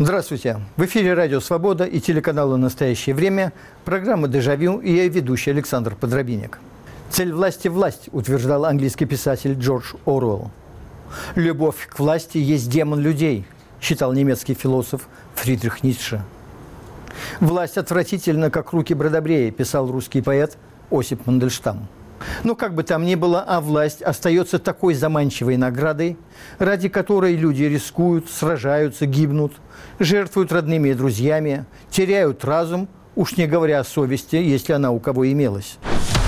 Здравствуйте! В эфире радио «Свобода» и телеканала «Настоящее время», программа «Дежавю» и я, ведущий Александр Подробинник. «Цель власти – власть», утверждал английский писатель Джордж Оруэлл. «Любовь к власти есть демон людей», считал немецкий философ Фридрих Ницше. «Власть отвратительна, как руки Бродобрея», писал русский поэт Осип Мандельштам. Но как бы там ни было, а власть остается такой заманчивой наградой, ради которой люди рискуют, сражаются, гибнут, жертвуют родными и друзьями, теряют разум, уж не говоря о совести, если она у кого имелась.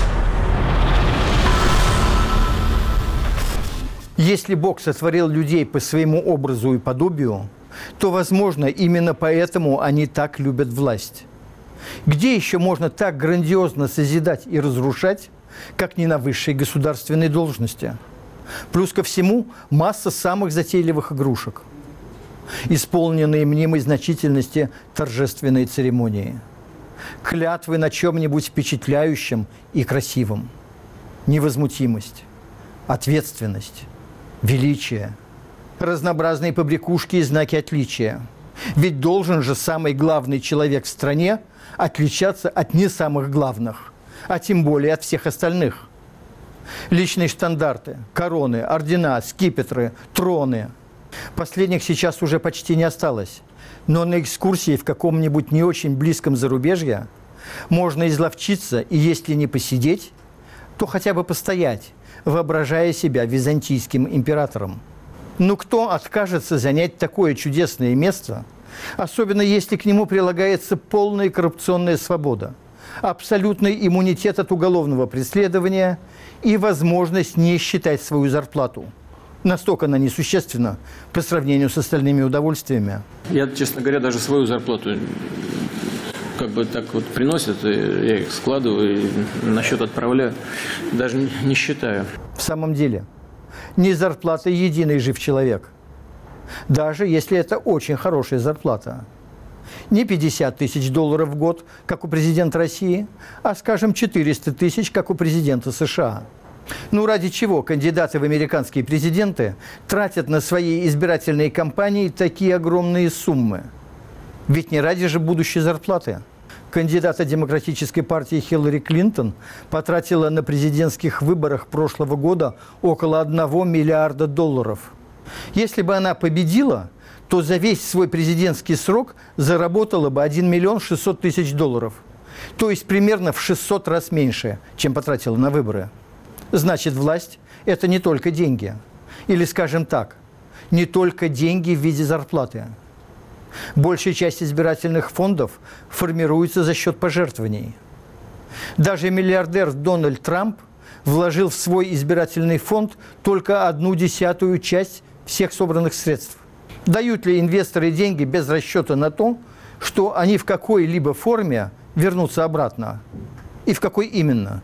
Если Бог сотворил людей по своему образу и подобию, то, возможно, именно поэтому они так любят власть. Где еще можно так грандиозно созидать и разрушать, как не на высшей государственной должности? Плюс ко всему масса самых затейливых игрушек, исполненные мнимой значительности торжественной церемонии, клятвы на чем-нибудь впечатляющем и красивом, невозмутимость, ответственность, величие, разнообразные побрякушки и знаки отличия. Ведь должен же самый главный человек в стране отличаться от не самых главных, а тем более от всех остальных. Личные штандарты, короны, ордена, скипетры, троны. Последних сейчас уже почти не осталось. Но на экскурсии в каком-нибудь не очень близком зарубежье можно изловчиться и, если не посидеть, то хотя бы постоять, воображая себя византийским императором. Ну кто откажется занять такое чудесное место, особенно если к нему прилагается полная коррупционная свобода, абсолютный иммунитет от уголовного преследования и возможность не считать свою зарплату. Настолько она несущественна по сравнению с остальными удовольствиями. Я, честно говоря, даже свою зарплату как бы так вот приносят, и я их складываю и на счет отправляю, даже не считаю. В самом деле, не зарплата единый жив человек, даже если это очень хорошая зарплата. Не 50 тысяч долларов в год, как у президента России, а, скажем, 400 тысяч, как у президента США. Ну, ради чего кандидаты в американские президенты тратят на свои избирательные кампании такие огромные суммы? Ведь не ради же будущей зарплаты. Кандидата Демократической партии Хиллари Клинтон потратила на президентских выборах прошлого года около $1 миллиарда. Если бы она победила, то за весь свой президентский срок заработала бы $1 600 000. То есть примерно в 600 раз меньше, чем потратила на выборы. Значит, власть – это не только деньги. Или, скажем так, не только деньги в виде зарплаты. Большая часть избирательных фондов формируется за счет пожертвований. Даже миллиардер Дональд Трамп вложил в свой избирательный фонд только 1/10 часть всех собранных средств. Дают ли инвесторы деньги без расчета на то, что они в какой-либо форме вернутся обратно? И в какой именно?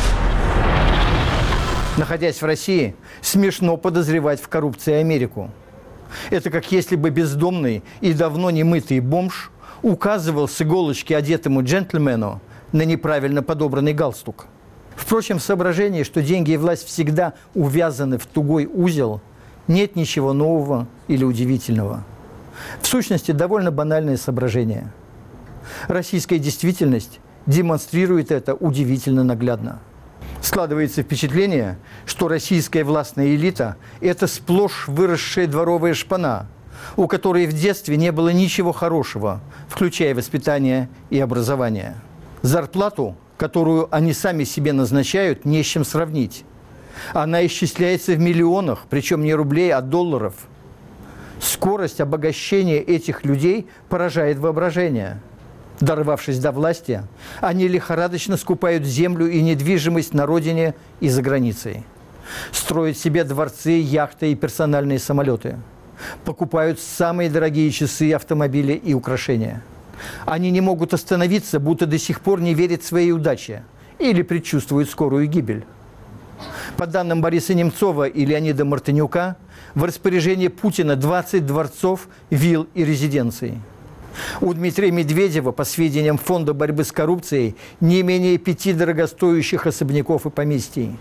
Находясь в России, смешно подозревать в коррупции Америку. Это как если бы бездомный и давно не мытый бомж указывал с иголочки одетому джентльмену на неправильно подобранный галстук. Впрочем, в соображении, что деньги и власть всегда увязаны в тугой узел, нет ничего нового или удивительного. В сущности, довольно банальное соображение. Российская действительность демонстрирует это удивительно наглядно. Складывается впечатление, что российская властная элита – это сплошь выросшая дворовая шпана, у которой в детстве не было ничего хорошего, включая воспитание и образование. Зарплату, которую они сами себе назначают, не с чем сравнить. Она исчисляется в миллионах, причем не рублей, а долларов. Скорость обогащения этих людей поражает воображение. Дорвавшись до власти, они лихорадочно скупают землю и недвижимость на родине и за границей. Строят себе дворцы, яхты и персональные самолеты. Покупают самые дорогие часы, автомобили и украшения. Они не могут остановиться, будто до сих пор не верят своей удаче или предчувствуют скорую гибель. По данным Бориса Немцова и Леонида Мартынюка, в распоряжении Путина 20 дворцов, вилл и резиденций. У Дмитрия Медведева, по сведениям Фонда борьбы с коррупцией, не менее 5 дорогостоящих особняков и поместий.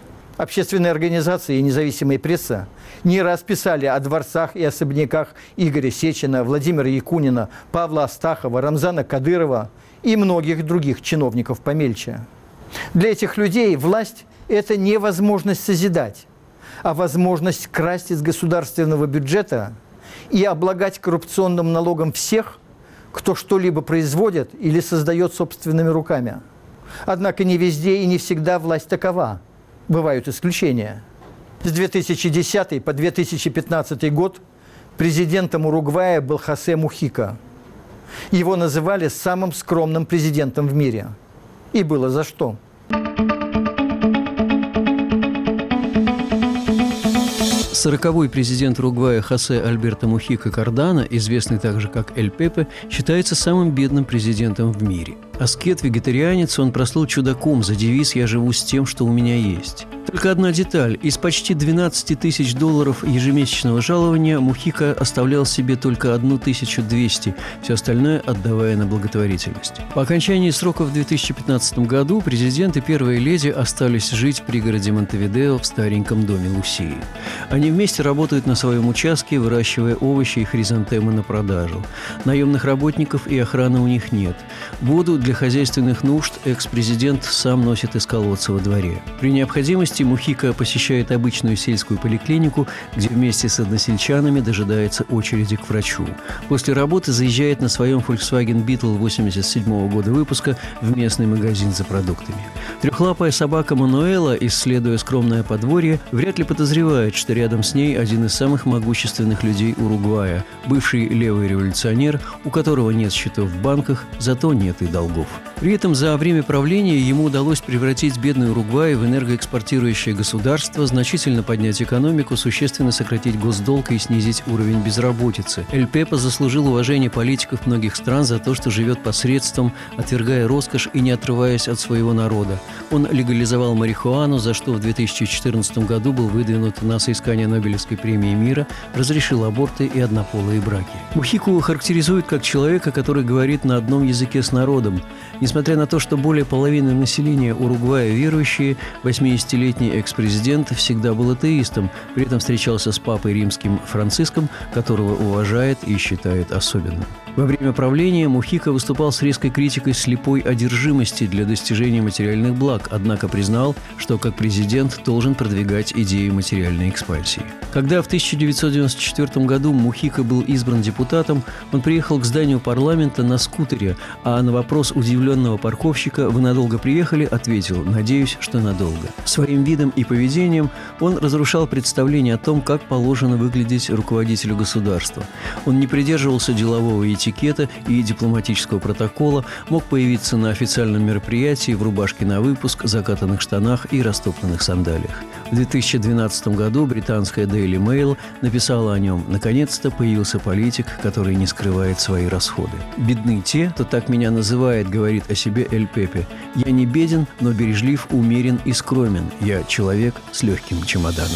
Общественные организации и независимая пресса не раз писали о дворцах и особняках Игоря Сечина, Владимира Якунина, Павла Астахова, Рамзана Кадырова и многих других чиновников помельче. Для этих людей власть – это не возможность созидать, а возможность красть из государственного бюджета и облагать коррупционным налогом всех, кто что-либо производит или создает собственными руками. Однако не везде и не всегда власть такова. Бывают исключения. С 2010 по 2015 год президентом Уругвая был Хосе Мухика. Его называли самым скромным президентом в мире. И было за что. 40-й президент Уругвая Хосе Альберто Мухика Кардана, известный также как Эль Пепе, считается самым бедным президентом в мире. Аскет-вегетарианец, он прослыл чудаком за девиз «Я живу с тем, что у меня есть». Только одна деталь. Из почти 12 тысяч долларов ежемесячного жалования Мухика оставлял себе только 1200, все остальное отдавая на благотворительность. По окончании срока в 2015 году президент и первая леди остались жить в пригороде Монтевидео в стареньком доме Лусии. Они вместе работают на своем участке, выращивая овощи и хризантемы на продажу. Наемных работников и охраны у них нет. Воду для хозяйственных нужд экс-президент сам носит из колодца во дворе. При необходимости Мухика посещает обычную сельскую поликлинику, где вместе с односельчанами дожидается очереди к врачу. После работы заезжает на своем Volkswagen Beetle 87 года выпуска в местный магазин за продуктами. Трехлапая собака Мануэла, исследуя скромное подворье, вряд ли подозревает, что рядом с ней один из самых могущественных людей Уругвая, бывший левый революционер, у которого нет счетов в банках, зато нет и долгов. При этом за время правления ему удалось превратить бедный Уругвай в энергоэкспортирующее государство, значительно поднять экономику, существенно сократить госдолг и снизить уровень безработицы. Эль Пепе заслужил уважение политиков многих стран за то, что живет посредством, отвергая роскошь и не отрываясь от своего народа. Он легализовал марихуану, за что в 2014 году был выдвинут на соискание Нобелевской премии мира, разрешил аборты и однополые браки. Мухику характеризуют как человека, который говорит на одном языке с народом. Несмотря на то, что более половины населения Уругвая верующие, 80-летний экс-президент всегда был атеистом, при этом встречался с папой римским Франциском, которого уважает и считает особенным. Во время правления Мухика выступал с резкой критикой слепой одержимости для достижения материальных благ, однако признал, что как президент должен продвигать идею материальной экспансии. Когда в 1994 году Мухика был избран депутатом, он приехал к зданию парламента на скутере, а на вопрос удивленного парковщика «Вы надолго приехали?» ответил «Надеюсь, что надолго». Своим видом и поведением он разрушал представление о том, как положено выглядеть руководителю государства. Он не придерживался делового этикета и дипломатического протокола, мог появиться на официальном мероприятии в рубашке на выпуск, закатанных штанах и растоптанных сандалиях. В 2012 году британская Daily Mail написала о нем: «Наконец-то появился политик, который не скрывает свои расходы». «Бедны те, кто так меня называет», — говорит о себе Эль Пепе. «Я не беден, но бережлив, умерен и скромен. Я человек с легким чемоданом».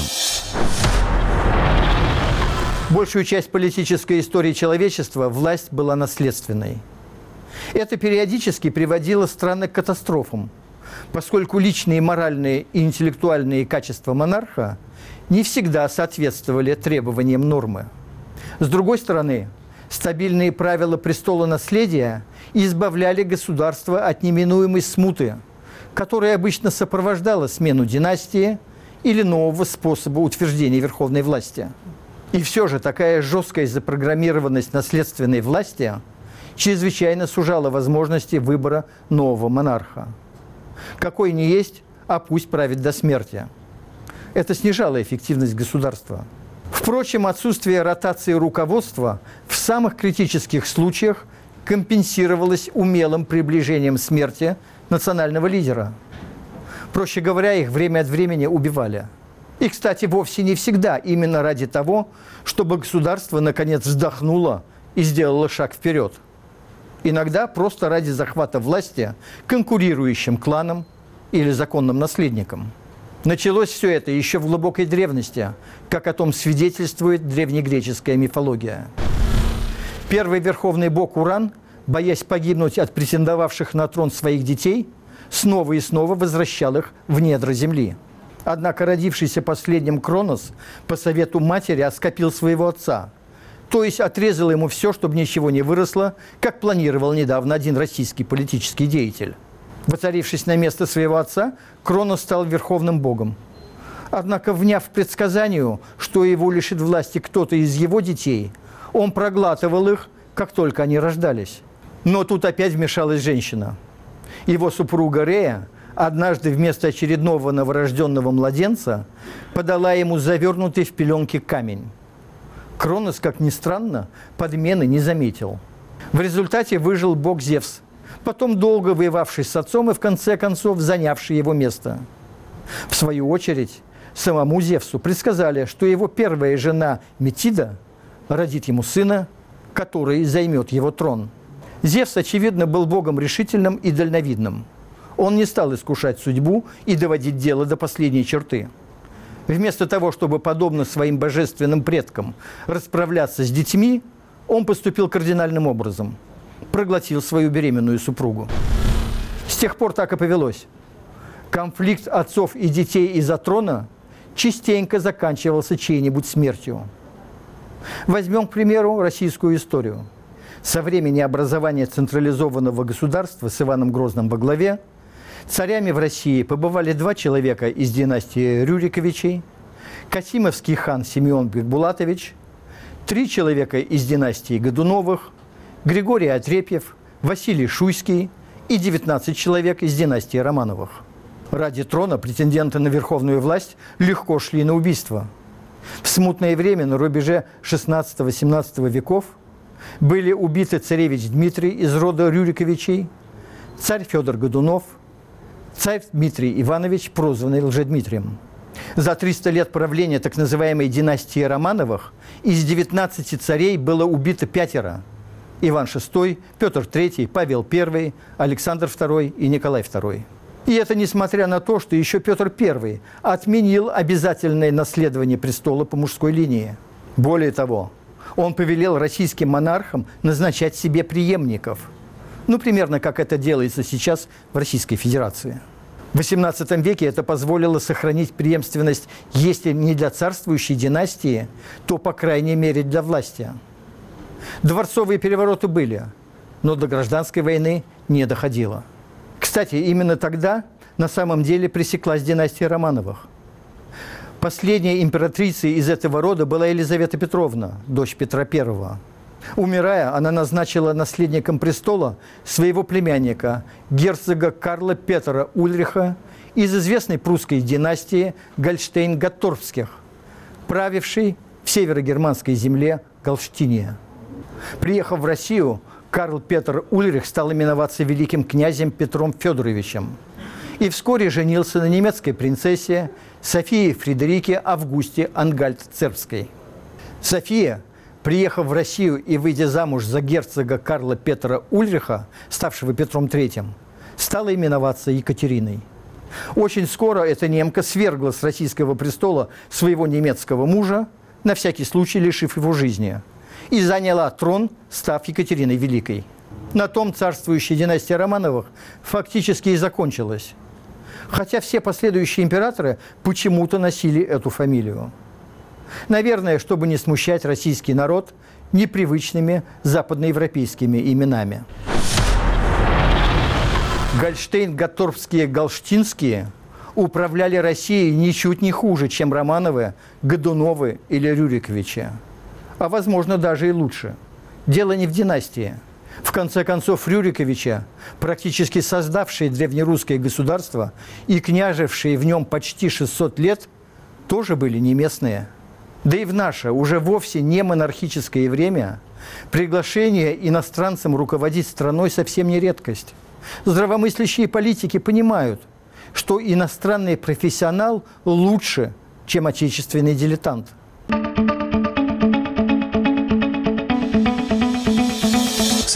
Большую часть политической истории человечества власть была наследственной. Это периодически приводило страны к катастрофам, поскольку личные моральные и интеллектуальные качества монарха не всегда соответствовали требованиям нормы. С другой стороны, стабильные правила престолонаследия избавляли государство от неминуемой смуты, которая обычно сопровождала смену династии или нового способа утверждения верховной власти. И все же такая жесткая запрограммированность наследственной власти чрезвычайно сужала возможности выбора нового монарха. Какой ни есть, а пусть правит до смерти. Это снижало эффективность государства. Впрочем, отсутствие ротации руководства в самых критических случаях компенсировалось умелым приближением смерти национального лидера. Проще говоря, их время от времени убивали. И, кстати, вовсе не всегда именно ради того, чтобы государство наконец вздохнуло и сделало шаг вперед. Иногда просто ради захвата власти конкурирующим кланом или законным наследником. Началось все это еще в глубокой древности, как о том свидетельствует древнегреческая мифология. Первый верховный бог Уран, боясь погибнуть от претендовавших на трон своих детей, снова и снова возвращал их в недра земли. Однако родившийся последним Кронос по совету матери оскопил своего отца, то есть отрезал ему все, чтобы ничего не выросло, как планировал недавно один российский политический деятель. Воцарившись на место своего отца, Кронос стал верховным богом. Однако, вняв предсказанию, что его лишит власти кто-то из его детей, он проглатывал их, как только они рождались. Но тут опять вмешалась женщина. Его супруга Рея однажды вместо очередного новорожденного младенца подала ему завернутый в пеленки камень. Кронос, как ни странно, подмены не заметил. В результате выжил бог Зевс, потом долго воевавший с отцом и в конце концов занявший его место. В свою очередь, самому Зевсу предсказали, что его первая жена Метида родит ему сына, который займет его трон. Зевс, очевидно, был богом решительным и дальновидным. Он не стал искушать судьбу и доводить дело до последней черты. Вместо того, чтобы, подобно своим божественным предкам, расправляться с детьми, он поступил кардинальным образом. Проглотил свою беременную супругу. С тех пор так и повелось. Конфликт отцов и детей из-за трона частенько заканчивался чьей-нибудь смертью. Возьмем, к примеру, российскую историю. Со времени образования централизованного государства с Иваном Грозным во главе царями в России побывали два человека из династии Рюриковичей, Касимовский хан Симеон Бекбулатович, три человека из династии Годуновых, Григорий Отрепьев, Василий Шуйский и 19 человек из династии Романовых. Ради трона претенденты на верховную власть легко шли на убийство. В смутное время на рубеже XVI-XVII веков были убиты царевич Дмитрий из рода Рюриковичей, царь Федор Годунов, царь Дмитрий Иванович, прозванный Лжедмитрием. За 300 лет правления так называемой династии Романовых из 19 царей было убито 5: Иван VI, Петр III, Павел I, Александр II и Николай II. И это несмотря на то, что еще Петр I отменил обязательное наследование престола по мужской линии. Более того, он повелел российским монархам назначать себе преемников. Ну, примерно как это делается сейчас в Российской Федерации. В XVIII веке это позволило сохранить преемственность, если не для царствующей династии, то, по крайней мере, для власти. Дворцовые перевороты были, но до гражданской войны не доходило. Кстати, именно тогда на самом деле пресеклась династия Романовых. Последней императрицей из этого рода была Елизавета Петровна, дочь Петра I. Умирая, она назначила наследником престола своего племянника, герцога Карла Петра Ульриха из известной прусской династии Гольштейн-Готторпских, правившей в северогерманской земле Галштиния. Приехав в Россию, Карл Петр Ульрих стал именоваться великим князем Петром Федоровичем и вскоре женился на немецкой принцессе Софии Фредерике Августе Ангальт-Цербской. София, приехав в Россию и выйдя замуж за герцога Карла Петра Ульриха, ставшего Петром III, стала именоваться Екатериной. Очень скоро эта немка свергла с российского престола своего немецкого мужа, на всякий случай лишив его жизни, и заняла трон, став Екатериной Великой. На том царствующая династия Романовых фактически и закончилась, хотя все последующие императоры почему-то носили эту фамилию. Наверное, чтобы не смущать российский народ непривычными западноевропейскими именами. Гольштейн-Готторпские Галштинские управляли Россией ничуть не хуже, чем Романовы, Годуновы или Рюриковичи. А, возможно, даже и лучше. Дело не в династии. В конце концов, Рюриковичи, практически создавшие древнерусское государство и княжевшие в нем почти 600 лет, тоже были не местные. Да и в наше, уже вовсе не монархическое время, приглашение иностранцам руководить страной совсем не редкость. Здравомыслящие политики понимают, что иностранный профессионал лучше, чем отечественный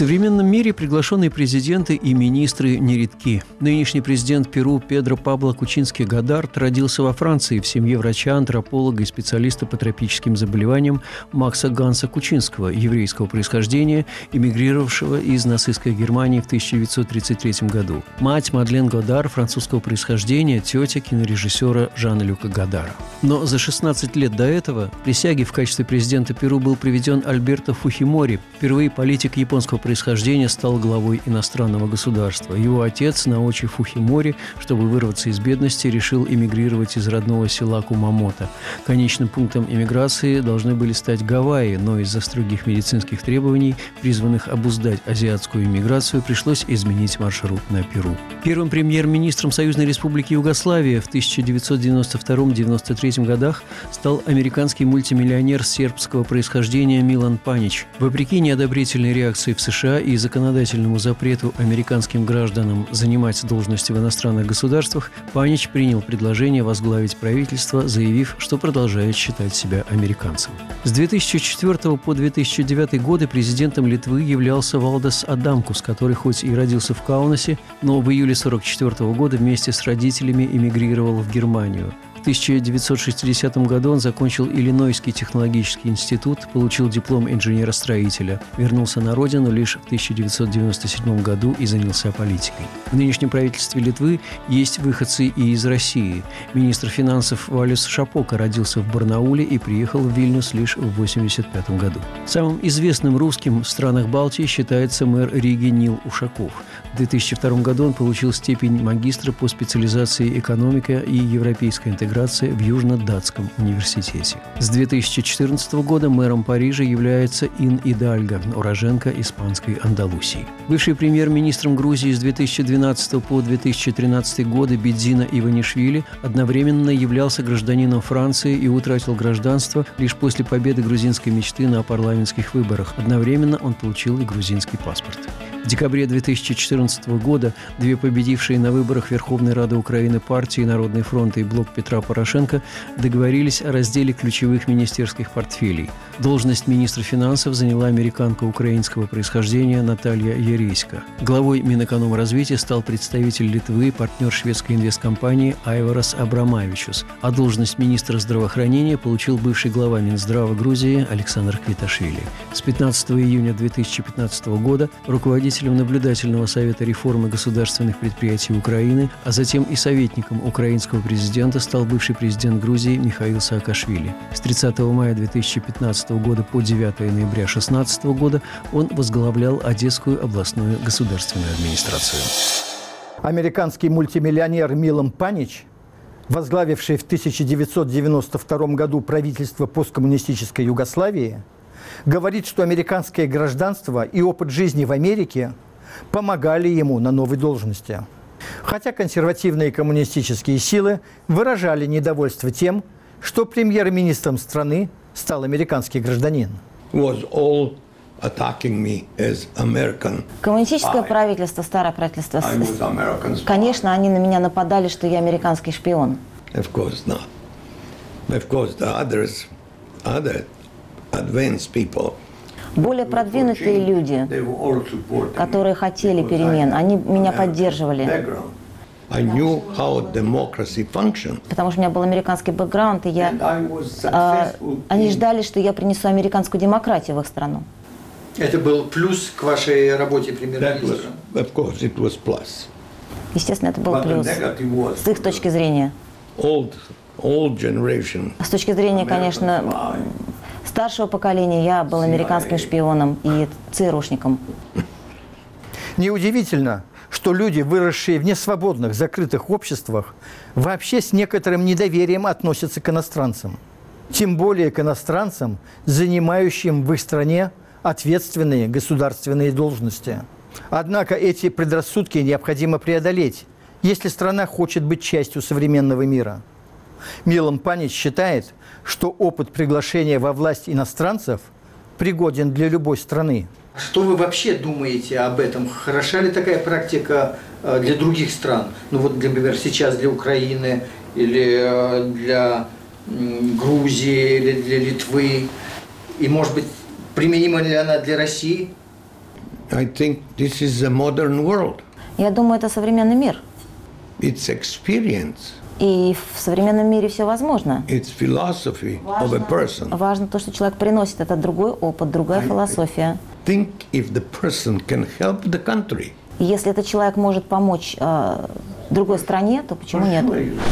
В современном мире приглашенные президенты и министры нередки. Нынешний президент Перу Педро Пабло Кучинский-Гадард родился во Франции в семье врача, антрополога и специалиста по тропическим заболеваниям Макса Ганса Кучинского, еврейского происхождения, эмигрировавшего из нацистской Германии в 1933 году. Мать Мадлен Годар, французского происхождения, тетя кинорежиссера Жана-Люка Годара. Но за 16 лет до этого к присяге в качестве президента Перу был приведен Альберто Фухимори. Впервые политик японского происхождения стал главой иностранного государства. Его отец, Наочи Фухимори, чтобы вырваться из бедности, решил эмигрировать из родного села Кумамото. Конечным пунктом эмиграции должны были стать Гавайи, но из-за строгих медицинских требований, призванных обуздать азиатскую эмиграцию, пришлось изменить маршрут на Перу. Первым премьер-министром Союзной Республики Югославия в 1992-1993 годах стал американский мультимиллионер сербского происхождения Милан Панич. Вопреки неодобрительной реакции в США и законодательному запрету американским гражданам занимать должности в иностранных государствах, Панич принял предложение возглавить правительство, заявив, что продолжает считать себя американцем. С 2004 по 2009 годы президентом Литвы являлся Валдас Адамкус, который хоть и родился в Каунасе, но в июле 1944 года вместе с родителями эмигрировал в Германию. В 1960 году он закончил Иллинойский технологический институт, получил диплом инженера-строителя, вернулся на родину лишь в 1997 году и занялся политикой. В нынешнем правительстве Литвы есть выходцы и из России. Министр финансов Валис Шапока родился в Барнауле и приехал в Вильнюс лишь в 1985 году. Самым известным русским в странах Балтии считается мэр Риги Нил Ушаков. В 2002 году он получил степень магистра по специализации экономика и европейская интеграция в Южно-Датском университете. С 2014 года мэром Парижа является Ин Идальго, уроженка испанской Андалусии. Бывший премьер-министром Грузии с 2012 по 2013 годы Бидзина Иванишвили одновременно являлся гражданином Франции и утратил гражданство лишь после победы грузинской мечты на парламентских выборах. Одновременно он получил и грузинский паспорт. В декабре 2014 года две победившие на выборах Верховной Рады Украины партии «Народный фронт» и «Блок Петра Порошенко» договорились о разделе ключевых министерских портфелей. Должность министра финансов заняла американка украинского происхождения Наталья Ярейска. Главой Минэкономразвития стал представитель Литвы, партнер шведской инвесткомпании Айварас Абрамавичус, а должность министра здравоохранения получил бывший глава Минздрава Грузии Александр Квиташвили. С 15 июня 2015 года руководителем наблюдательного совета реформы государственных предприятий Украины, а затем и советником украинского президента стал бывший президент Грузии Михаил Саакашвили. С 30 мая 2015 года по 9 ноября 2016 года он возглавлял Одесскую областную государственную администрацию. Американский мультимиллионер Милан Панич, возглавивший в 1992 году правительство посткоммунистической Югославии, говорит, что американское гражданство и опыт жизни в Америке помогали ему на новой должности. Хотя консервативные коммунистические силы выражали недовольство тем, что премьер-министром страны стал американский гражданин. Коммунистическое правительство, старое правительство, конечно, они на меня нападали, что я американский шпион. Более продвинутые люди, которые хотели перемен, они меня поддерживали. Потому что у меня был американский бэкграунд, и они ждали, что я принесу американскую демократию в их страну. Это был плюс к вашей работе премьер-министра? Естественно, это был плюс с их точки зрения. С точки зрения, конечно, старшего поколения, я был американским шпионом и ЦРУшником. Неудивительно, что люди, выросшие в несвободных, закрытых обществах, вообще с некоторым недоверием относятся к иностранцам. Тем более к иностранцам, занимающим в их стране ответственные государственные должности. Однако эти предрассудки необходимо преодолеть, если страна хочет быть частью современного мира. Милан Панич считает, что опыт приглашения во власть иностранцев пригоден для любой страны. Что вы вообще думаете об этом? Хороша ли такая практика для других стран? Ну вот, например, сейчас для Украины или для Грузии или для Литвы? И, может быть, применима ли она для России? I think this is the modern world. Я думаю, это современный мир. It's experience. И в современном мире все возможно. It's philosophy of a person. Важно то, что человек приносит. Это другой опыт, другая философия. Think if the person can help the country. И если этот человек может помочь другой стране, то почему нет?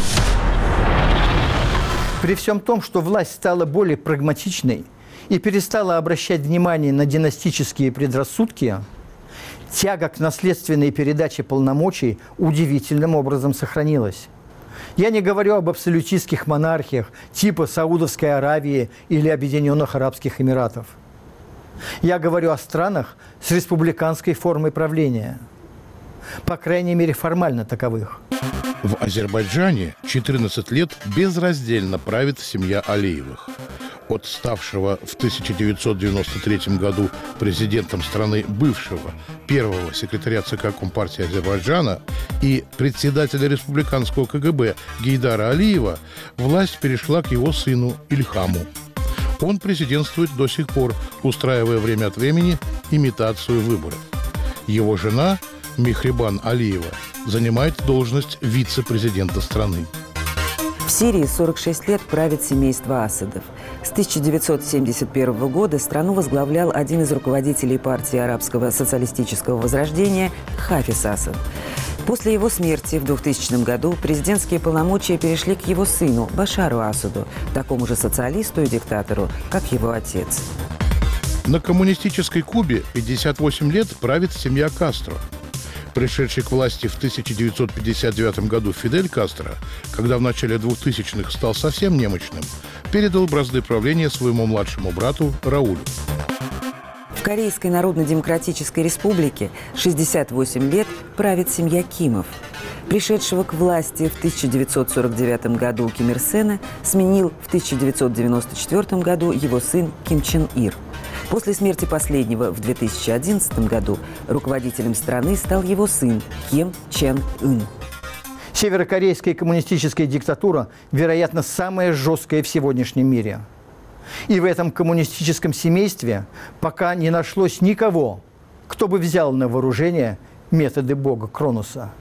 При всем том, что власть стала более прагматичной и перестала обращать внимание на династические предрассудки, тяга к наследственной передаче полномочий удивительным образом сохранилась. Я не говорю об абсолютистских монархиях типа Саудовской Аравии или Объединенных Арабских Эмиратов. Я говорю о странах с республиканской формой правления. По крайней мере, формально таковых. В Азербайджане 14 лет безраздельно правит семья Алиевых. От ставшего в 1993 году президентом страны бывшего первого секретаря ЦК Компартии Азербайджана и председателя республиканского КГБ Гейдара Алиева власть перешла к его сыну Ильхаму. Он президентствует до сих пор, устраивая время от времени имитацию выборов. Его жена Мехрибан Алиева занимает должность вице-президента страны. В Сирии 46 лет правит семейство Асадов. С 1971 года страну возглавлял один из руководителей партии арабского социалистического возрождения Хафиз Асад. После его смерти в 2000 году президентские полномочия перешли к его сыну Башару Асаду, такому же социалисту и диктатору, как его отец. На коммунистической Кубе 58 лет правит семья Кастро. Пришедший к власти в 1959 году Фидель Кастро, когда в начале 2000-х стал совсем немощным, передал бразды правления своему младшему брату Раулю. В Корейской Народно-Демократической Республике 68 лет правит семья Кимов. Пришедшего к власти в 1949 году Ким Ир Сена сменил в 1994 году его сын Ким Чен Ир. После смерти последнего в 2011 году руководителем страны стал его сын Ким Чен Ын. Северокорейская коммунистическая диктатура, вероятно, самая жесткая в сегодняшнем мире. И в этом коммунистическом семействе пока не нашлось никого, кто бы взял на вооружение методы бога Кронуса.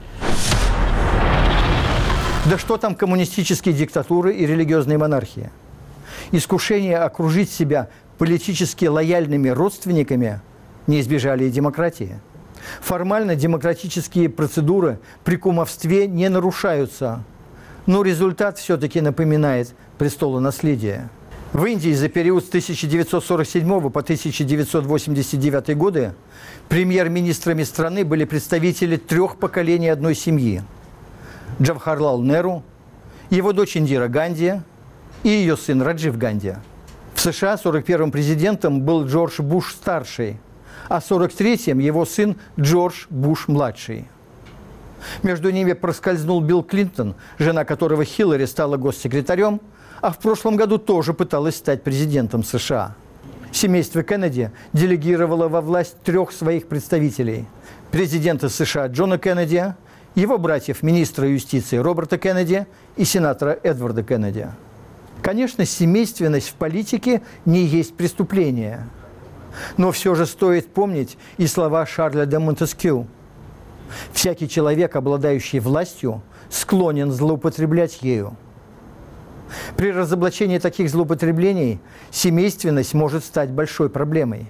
Да что там коммунистические диктатуры и религиозные монархии? Искушение окружить себя политически лояльными родственниками не избежали и демократии. Формально демократические процедуры при кумовстве не нарушаются, но результат все-таки напоминает престолонаследие. В Индии за период с 1947 по 1989 годы премьер-министрами страны были представители 3 поколений одной семьи – Джавахарлал Неру, его дочь Индира Ганди и ее сын Раджив Ганди. В США 41-м президентом был Джордж Буш-старший, а 43-м его сын Джордж Буш-младший. Между ними проскользнул Билл Клинтон, жена которого Хиллари стала госсекретарем, а в прошлом году тоже пыталась стать президентом США. Семейство Кеннеди делегировало во власть 3 своих представителей – президента США Джона Кеннеди, его братьев министра юстиции Роберта Кеннеди и сенатора Эдварда Кеннеди. Конечно, семейственность в политике не есть преступление. Но все же стоит помнить и слова Шарля де Монтескью. «Всякий человек, обладающий властью, склонен злоупотреблять ею». При разоблачении таких злоупотреблений семейственность может стать большой проблемой.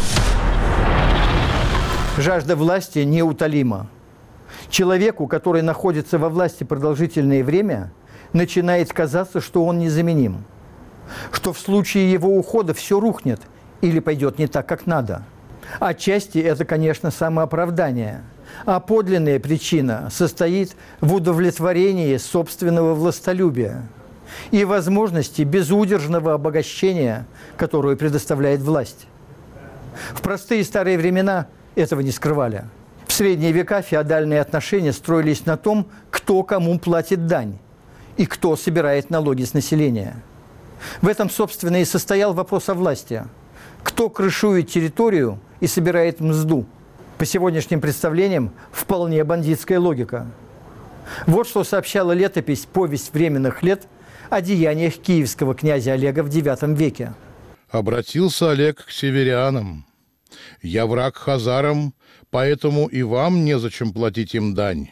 Жажда власти неутолима. Человеку, который находится во власти продолжительное время, начинает казаться, что он незаменим, что в случае его ухода все рухнет или пойдет не так, как надо. Отчасти это, конечно, самооправдание, а подлинная причина состоит в удовлетворении собственного властолюбия и возможности безудержного обогащения, которую предоставляет власть. В простые старые времена этого не скрывали. В средние века феодальные отношения строились на том, кто кому платит дань и кто собирает налоги с населения. В этом, собственно, и состоял вопрос о власти. Кто крышует территорию и собирает мзду? По сегодняшним представлениям, вполне бандитская логика. Вот что сообщала летопись «Повесть временных лет» о деяниях киевского князя Олега в IX веке. Обратился Олег к северянам. Я враг хазарам, поэтому и вам незачем платить им дань.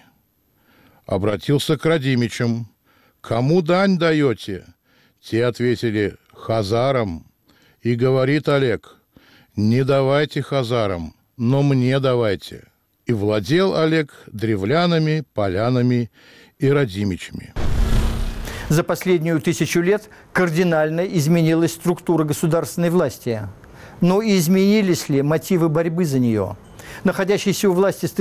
Обратился к Радимичам. Кому дань даете? Те ответили: хазарам. И говорит Олег: не давайте хазарам, но мне давайте. И владел Олег древлянами, полянами и Радимичами. За последнюю 1000 лет кардинально изменилась структура государственной власти. Но изменились ли мотивы борьбы за нее? Находящийся у власти с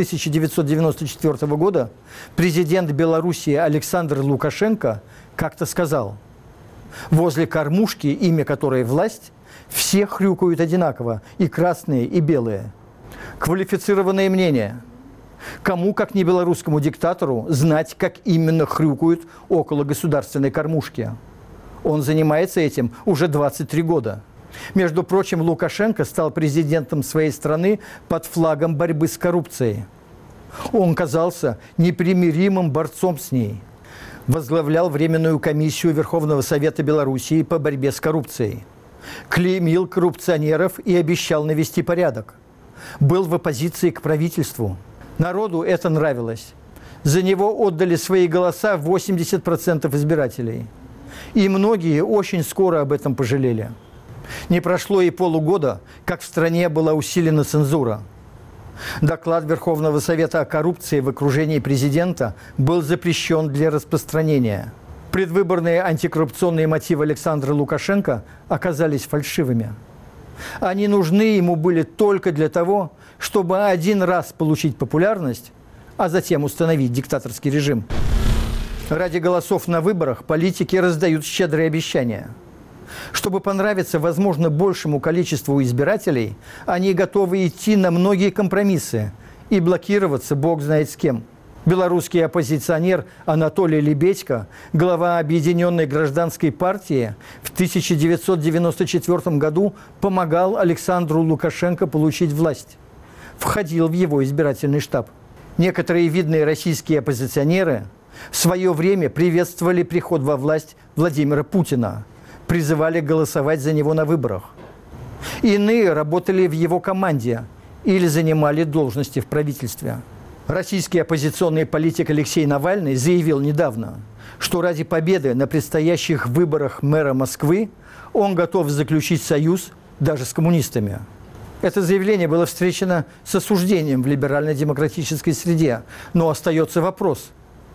1994 года президент Белоруссии Александр Лукашенко как-то сказал: возле кормушки, имя которой власть, все хрюкают одинаково, и красные, и белые. Квалифицированное мнение. Кому, как не белорусскому диктатору, знать, как именно хрюкают около государственной кормушки? Он занимается этим уже 23 года. Между прочим, Лукашенко стал президентом своей страны под флагом борьбы с коррупцией. Он казался непримиримым борцом с ней. Возглавлял Временную комиссию Верховного Совета Белоруссии по борьбе с коррупцией. Клеймил коррупционеров и обещал навести порядок. Был в оппозиции к правительству. Народу это нравилось. За него отдали свои голоса 80% избирателей. И многие очень скоро об этом пожалели. Не прошло и полугода, как в стране была усилена цензура. Доклад Верховного Совета о коррупции в окружении президента был запрещен для распространения. Предвыборные антикоррупционные мотивы Александра Лукашенко оказались фальшивыми. Они нужны ему были только для того, чтобы один раз получить популярность, а затем установить диктаторский режим. Ради голосов на выборах политики раздают щедрые обещания. Чтобы понравиться, возможно, большему количеству избирателей, они готовы идти на многие компромиссы и блокироваться бог знает с кем. Белорусский оппозиционер Анатолий Лебедько, глава Объединенной гражданской партии, в 1994 году помогал Александру Лукашенко получить власть. Входил в его избирательный штаб. Некоторые видные российские оппозиционеры в свое время приветствовали приход во власть Владимира Путина, призывали голосовать за него на выборах. Иные работали в его команде или занимали должности в правительстве. Российский оппозиционный политик Алексей Навальный заявил недавно, что ради победы на предстоящих выборах мэра Москвы он готов заключить союз даже с коммунистами. Это заявление было встречено с осуждением в либерально-демократической среде, но остается вопрос: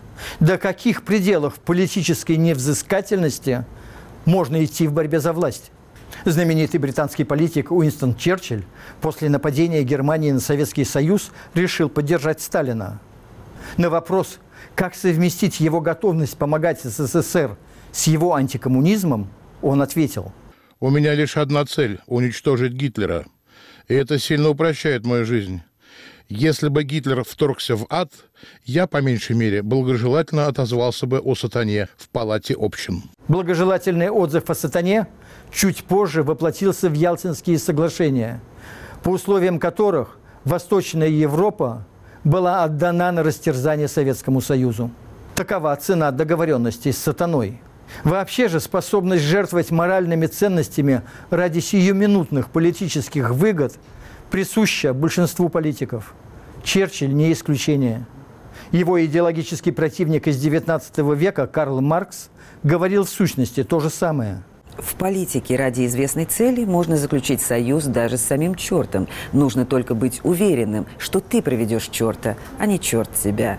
до каких пределов политической невзыскательности можно идти в борьбе за власть? Знаменитый британский политик Уинстон Черчилль после нападения Германии на Советский Союз решил поддержать Сталина. На вопрос, как совместить его готовность помогать СССР с его антикоммунизмом, он ответил: «У меня лишь одна цель – уничтожить Гитлера. И это сильно упрощает мою жизнь. Если бы Гитлер вторгся в ад, я, по меньшей мере, благожелательно отозвался бы о сатане в палате общин». Благожелательный отзыв о сатане чуть позже воплотился в Ялтинские соглашения, по условиям которых Восточная Европа была отдана на растерзание Советскому Союзу. Такова цена договоренности с сатаной. Вообще же способность жертвовать моральными ценностями ради сиюминутных политических выгод присуща большинству политиков. Черчилль не исключение. Его идеологический противник из XIX века Карл Маркс говорил в сущности то же самое. В политике ради известной цели можно заключить союз даже с самим чертом. Нужно только быть уверенным, что ты проведешь черта, а не черт тебя.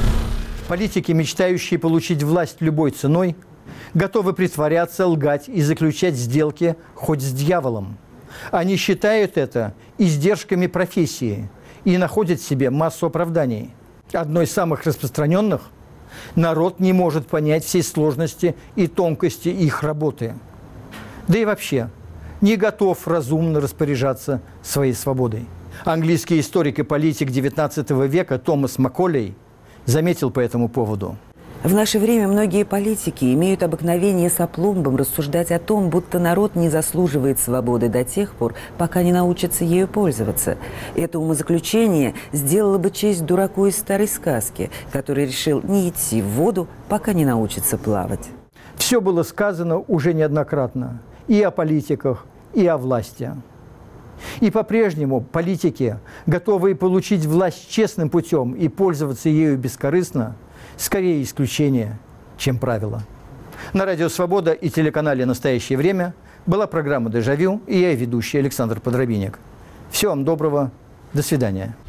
Политики, мечтающие получить власть любой ценой, готовы притворяться, лгать и заключать сделки хоть с дьяволом. Они считают это издержками профессии и находят себе массу оправданий. Одно из самых распространенных – народ не может понять всей сложности и тонкости их работы. Да и вообще, не готов разумно распоряжаться своей свободой. Английский историк и политик XIX века Томас Макколей заметил по этому поводу: в наше время многие политики имеют обыкновение с опломбом рассуждать о том, будто народ не заслуживает свободы до тех пор, пока не научится ею пользоваться. Это умозаключение сделало бы честь дураку из старой сказки, который решил не идти в воду, пока не научится плавать. Все было сказано уже неоднократно и о политиках, и о власти. И по-прежнему политики, готовые получить власть честным путем и пользоваться ею бескорыстно, скорее исключение, чем правило. На Радио Свобода и телеканале «Настоящее время» была программа «Дежавю» и я, ведущий Александр Подробинник. Всего вам доброго. До свидания.